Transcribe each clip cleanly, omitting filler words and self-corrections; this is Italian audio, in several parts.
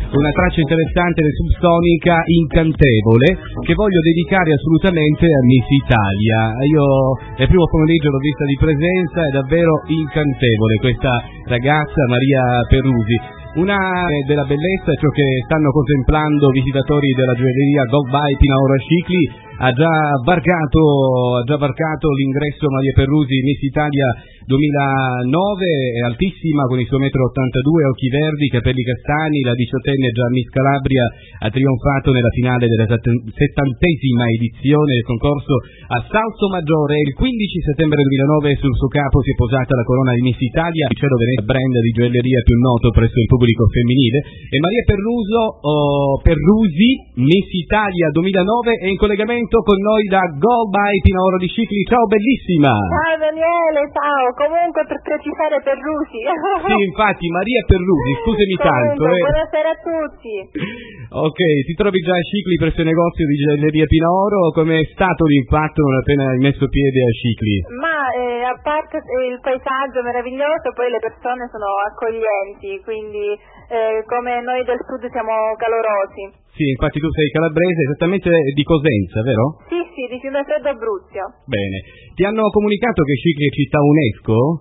una traccia interessante del Subsonica, Incantevole, che voglio dedicare assolutamente a Miss Italia. Io nel primo pomeriggio l'ho vista di presenza, è davvero incantevole questa ragazza Maria Perrusi. Una della bellezza è ciò che stanno contemplando visitatori della gioielleria Gold by Pinauro Scicli. Ha già varcato l'ingresso Maria Perrusi Miss Italia 2009, è altissima con i suoi 1,82 m, occhi verdi, capelli castani. La diciottenne già Miss Calabria ha trionfato nella finale della 70ª edizione del concorso a Salso Maggiore. Il 15 settembre 2009 sul suo capo si è posata la corona di Miss Italia, il cielo Venezia, brand di gioielleria più noto presso il pubblico femminile. E Maria Perrusi Miss Italia 2009 è in collegamento con noi da Gold by Pinauro di Scicli. Ciao bellissima! Ciao Daniele, ciao, comunque per precisare Perrusi. Sì, infatti Maria Perrusi, scusami tanto. Buonasera a tutti. Ok, ti trovi già a Scicli presso il negozio di gioielleria Pinauro? Com'è stato l'impatto non appena hai messo piede a Scicli? Ma a parte il paesaggio meraviglioso, poi le persone sono accoglienti, quindi come noi del sud siamo calorosi. Sì, infatti tu sei calabrese, esattamente di Cosenza, vero? Sì, di Fiumicino Abruzzo. Bene. Ti hanno comunicato che Scicli è città UNESCO?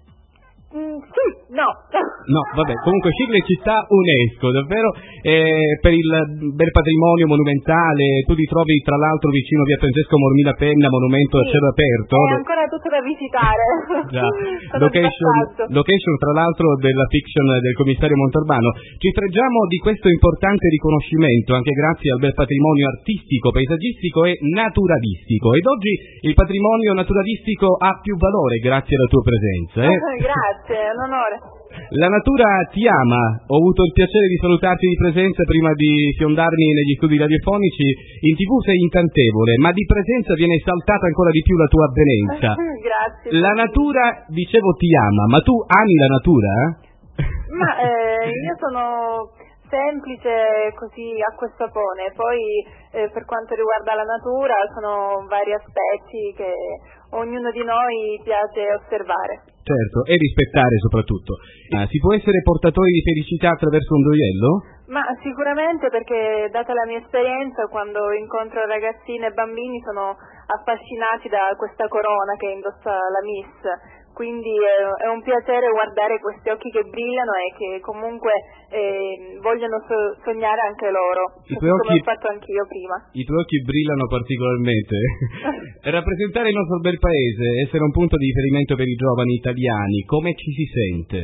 Sì, no. No, vabbè, comunque Scicli è città UNESCO, davvero, per il bel patrimonio monumentale. Tu ti trovi tra l'altro vicino via Francesco Mormila Penna, monumento a cielo aperto. È ancora tutto da visitare. Già. Location tra l'altro della fiction del commissario Montalbano. Ci fregiamo di questo importante riconoscimento anche grazie al bel patrimonio artistico, paesaggistico e naturalistico. Ed oggi il patrimonio naturalistico ha più valore grazie alla tua presenza. Grazie. È un onore. La natura ti ama. Ho avuto il piacere di salutarti di presenza prima di fiondarmi negli studi radiofonici. In TV sei incantevole, ma di presenza viene esaltata ancora di più la tua avvenenza. Grazie. La natura, dicevo, ti ama, ma tu ami la natura? Ma io sono semplice così acqua e sapone. Poi per quanto riguarda la natura sono vari aspetti che ognuno di noi piace osservare. Certo, e rispettare soprattutto. Si può essere portatori di felicità attraverso un gioiello? Ma sicuramente, perché data la mia esperienza, quando incontro ragazzine e bambini sono affascinati da questa corona che indossa la Miss. Quindi è un piacere guardare questi occhi che brillano e che comunque vogliono sognare anche loro, come ho fatto anch'io prima. I tuoi occhi brillano particolarmente. Rappresentare il nostro bel paese, essere un punto di riferimento per i giovani italiani, come ci si sente?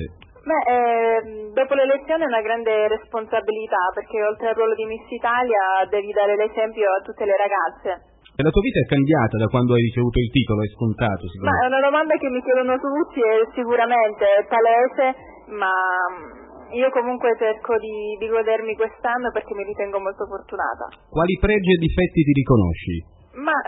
Dopo l'elezione è una grande responsabilità, perché oltre al ruolo di Miss Italia devi dare l'esempio a tutte le ragazze. E la tua vita è cambiata da quando hai ricevuto il titolo, è scontato? Ma è una domanda che mi chiedono tutti e sicuramente è palese, ma io comunque cerco di godermi quest'anno perché mi ritengo molto fortunata. Quali pregi e difetti ti riconosci? Ma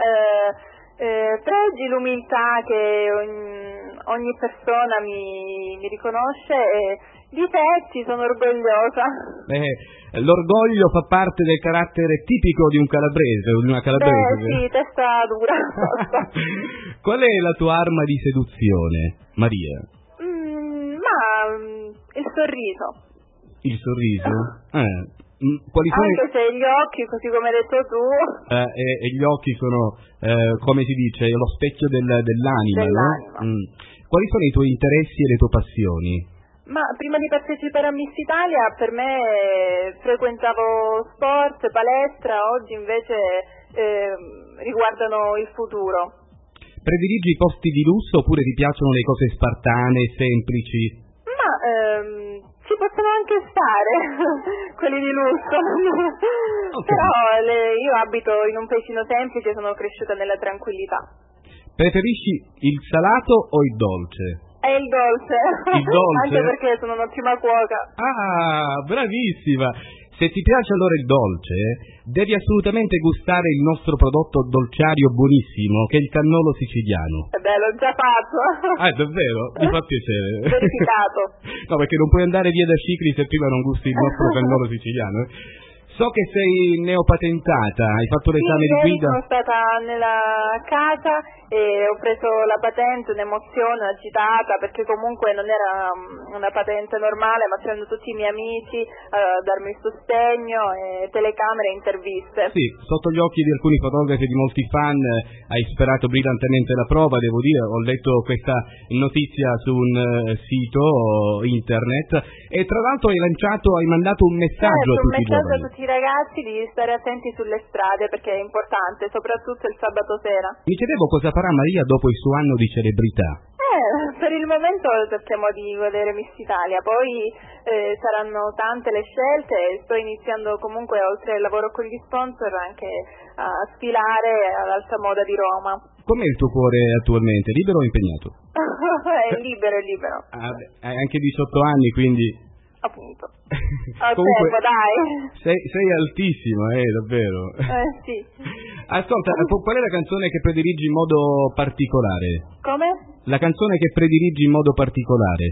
pregi l'umiltà che ogni persona mi riconosce, e difetti sono orgogliosa. L'orgoglio fa parte del carattere tipico di un calabrese o di una calabrese. Sì, testa dura. Qual è la tua arma di seduzione, Maria? Il sorriso. Il sorriso? Quali sono anche se gli occhi, così come hai detto tu, e gli occhi sono, come si dice, lo specchio dell'anima, no? Quali sono i tuoi interessi e le tue passioni? Ma prima di partecipare a Miss Italia per me frequentavo sport, palestra, oggi invece riguardano il futuro. Prediligi i posti di lusso oppure ti piacciono le cose spartane, semplici? Ma ci possono anche stare quelli di lusso. Okay. Però io abito in un paesino semplice, sono cresciuta nella tranquillità. Preferisci il salato o il dolce? È il dolce. Il dolce? Anche perché sono un'ottima cuoca. Ah, bravissima. Se ti piace allora il dolce, devi assolutamente gustare il nostro prodotto dolciario buonissimo, che è il cannolo siciliano. L'ho già fatto. Ah, davvero? Mi fa piacere. Verificato. No, perché non puoi andare via da Scicli se prima non gusti il nostro cannolo siciliano. So che sei neopatentata, hai fatto l'esame di guida. Sono stata nella casa e ho preso la patente, un'emozione, agitata, perché comunque non era una patente normale, ma c'erano tutti i miei amici a darmi il sostegno, e telecamere e interviste. Sì, sotto gli occhi di alcuni fotografi e di molti fan hai sperato brillantemente la prova, devo dire, ho letto questa notizia su un sito internet e tra l'altro hai mandato un messaggio a tutti i giovani. A tutti i ragazzi di stare attenti sulle strade, perché è importante, soprattutto il sabato sera. Mi chiedevo cosa farà Maria dopo il suo anno di celebrità. Per il momento cerchiamo di godere Miss Italia, poi saranno tante le scelte e sto iniziando comunque, oltre al lavoro con gli sponsor, anche a sfilare all'Alta Moda di Roma. Com'è il tuo cuore attualmente? Libero o impegnato? È libero, è libero. Hai anche 18 anni, quindi... Appunto. Comunque, tempo, dai. Sei altissimo, davvero. Sì. Ascolta, qual è la canzone che prediligi in modo particolare? Come? La canzone che prediligi in modo particolare?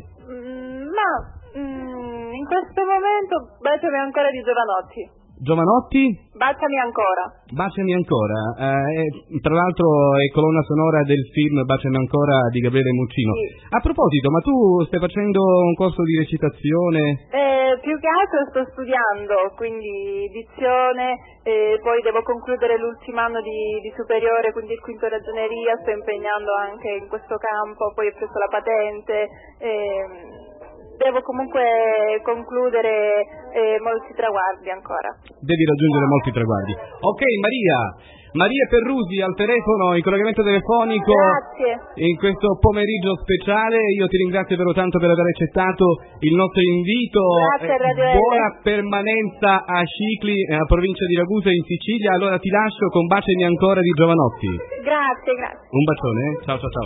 In questo momento Baciami ancora di Giovanotti. Giovanotti? Baciami ancora. Baciami ancora. Tra l'altro è colonna sonora del film Baciami ancora di Gabriele Muccino. Sì. A proposito, ma tu stai facendo un corso di recitazione? Più che altro sto studiando, quindi dizione, poi devo concludere l'ultimo anno di superiore, quindi il quinto ragioneria, sto impegnando anche in questo campo, poi ho preso la patente, devo comunque concludere molti traguardi ancora. Devi raggiungere molti traguardi. Ok, Maria Perrusi al telefono, in collegamento telefonico. Grazie. In questo pomeriggio speciale, io ti ringrazio però tanto per aver accettato il nostro invito. Grazie, Radio Buona permanenza a Scicli, nella provincia di Ragusa in Sicilia. Allora ti lascio con Baciami ancora di Giovanotti. Grazie. Un bacione, ciao.